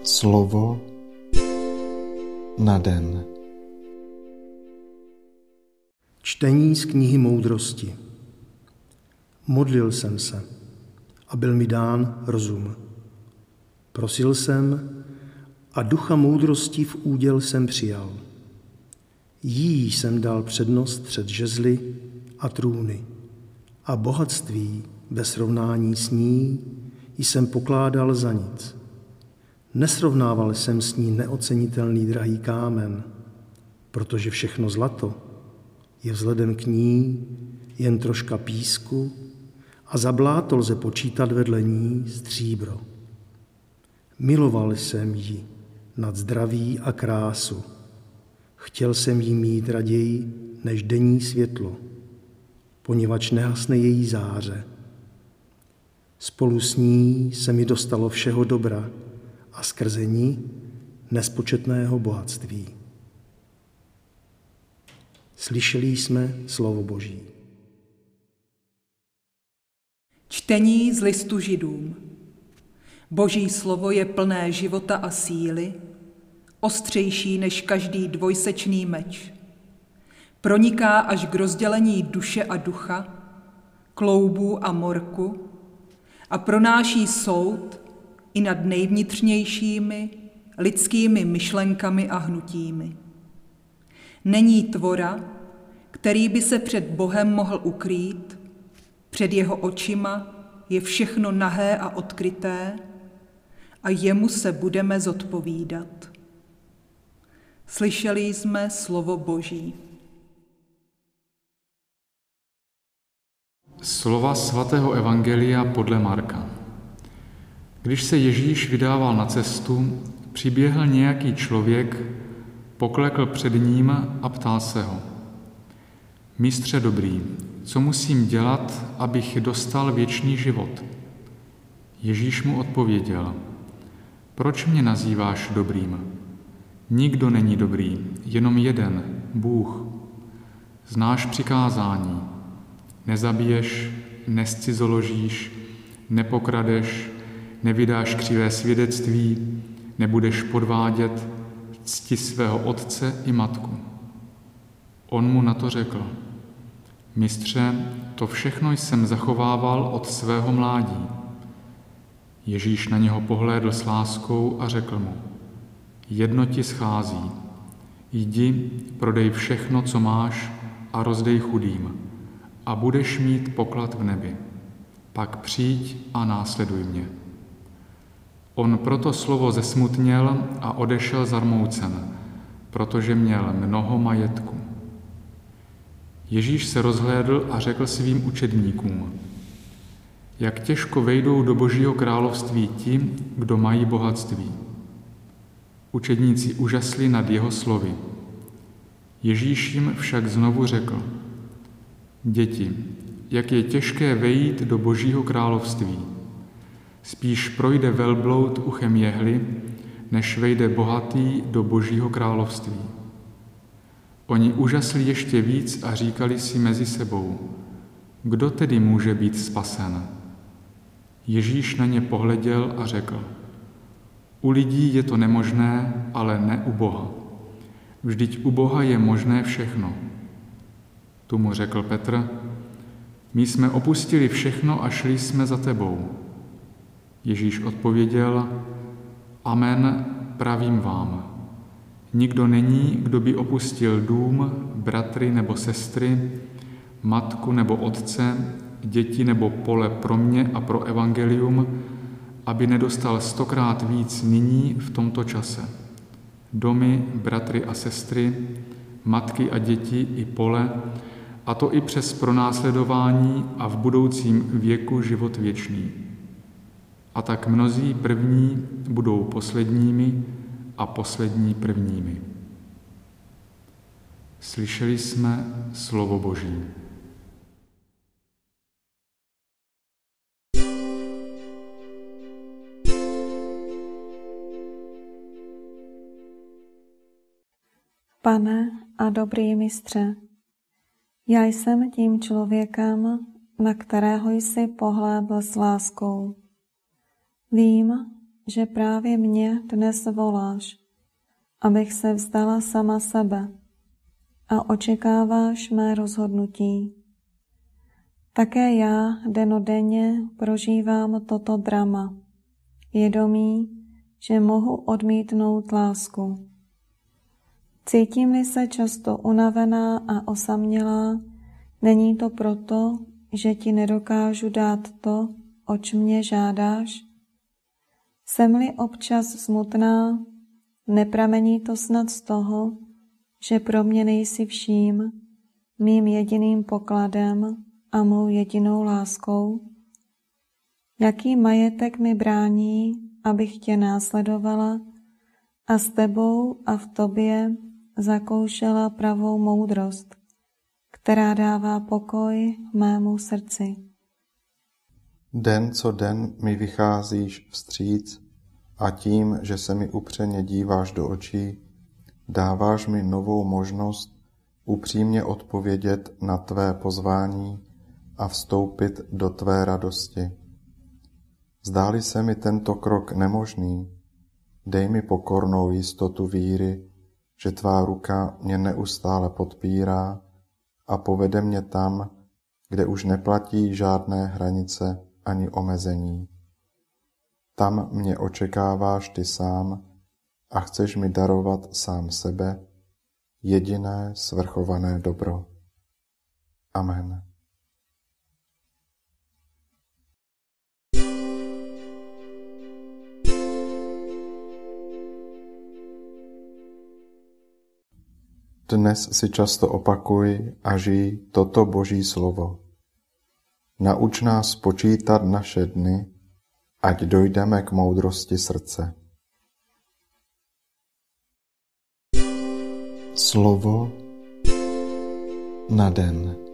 Slovo na den. Čtení z knihy moudrosti. Modlil jsem se a byl mi dán rozum. Prosil jsem a ducha moudrosti v úděl jsem přijal. Jí jsem dal přednost před žezly a trůny a bohatství ve srovnání s ní jsem pokládal za nic. Nesrovnával jsem s ní neocenitelný drahý kámen, protože všechno zlato je vzhledem k ní jen troška písku a za bláto lze počítat vedle ní stříbro. Miloval jsem ji nad zdraví a krásu. Chtěl jsem ji mít raději než denní světlo, poněvadž nehasne její záře. Spolu s ní se mi dostalo všeho dobra a skrze ní nespočetného bohatství. Slyšeli jsme slovo Boží. Čtení z listu Židům. Boží slovo je plné života a síly, ostřejší než každý dvojsečný meč. Proniká až k rozdělení duše a ducha, kloubů a morku a pronáší soud i nad nejvnitřnějšími lidskými myšlenkami a hnutími. Není tvora, který by se před Bohem mohl ukrýt, před jeho očima je všechno nahé a odkryté a jemu se budeme zodpovídat. Slyšeli jsme slovo Boží. Slova svatého evangelia podle Marka. Když se Ježíš vydával na cestu, přiběhl nějaký člověk, poklekl před ním a ptal se ho: Mistře dobrý, co musím dělat, abych dostal věčný život? Ježíš mu odpověděl: Proč mě nazýváš dobrým? Nikdo není dobrý, jenom jeden, Bůh. Znáš přikázání: nezabiješ, nezcizoložíš, nepokradeš, nevydáš křivé svědectví, nebudeš podvádět, cti svého otce i matku. On mu na to řekl: Mistře, to všechno jsem zachovával od svého mládí. Ježíš na něho pohlédl s láskou a řekl mu: Jedno ti schází. Jdi, prodej všechno, co máš, a rozdej chudým, a budeš mít poklad v nebi. Pak přijď a následuj mě. On proto slovo zesmutněl a odešel zarmoucen, protože měl mnoho majetku. Ježíš se rozhlédl a řekl svým učedníkům: Jak těžko vejdou do Božího království ti, kdo mají bohatství. Učedníci úžasli nad jeho slovy. Ježíš jim však znovu řekl: Děti, jak je těžké vejít do Božího království. Spíš projde velbloud uchem jehly, než vejde bohatý do Božího království. Oni úžasli ještě víc a říkali si mezi sebou: Kdo tedy může být spasen? Ježíš na ně pohleděl a řekl: U lidí je to nemožné, ale ne u Boha. Vždyť u Boha je možné všechno. Tu mu řekl Petr: My jsme opustili všechno a šli jsme za tebou. Ježíš odpověděl: Amen, pravím vám. Nikdo není, kdo by opustil dům, bratry nebo sestry, matku nebo otce, děti nebo pole pro mě a pro evangelium, aby nedostal 100krát víc nyní v tomto čase. Domy, bratry a sestry, matky a děti i pole, a to i přes pronásledování a v budoucím věku život věčný. A tak mnozí první budou posledními a poslední prvními. Slyšeli jsme slovo Boží. Pane a dobrý mistře, já jsem tím člověkem, na kterého jsi pohlédl s láskou. Vím, že právě mě dnes voláš, abych se vzdala sama sebe a očekáváš mé rozhodnutí. Také já dennodenně prožívám toto drama, vědomí, že mohu odmítnout lásku. Cítím-li se často unavená a osamělá, není to proto, že ti nedokážu dát to, oč mě žádáš? Jsem-li občas smutná, nepramení to snad z toho, že pro mě nejsi vším, mým jediným pokladem a mou jedinou láskou? Jaký majetek mi brání, abych tě následovala a s tebou a v tobě zakoušela pravou moudrost, která dává pokoj mému srdci. Den co den mi vycházíš vstříc a tím, že se mi upřeně díváš do očí, dáváš mi novou možnost upřímně odpovědět na tvé pozvání a vstoupit do tvé radosti. Zdáli se mi tento krok nemožný, dej mi pokornou jistotu víry, že tvá ruka mě neustále podpírá a povede mě tam, kde už neplatí žádné hranice ani omezení. Tam mě očekáváš ty sám a chceš mi darovat sám sebe, jediné svrchované dobro. Amen. Dnes si často opakuj a žij toto Boží slovo. Nauč nás počítat naše dny, ať dojdeme k moudrosti srdce. Slovo na den.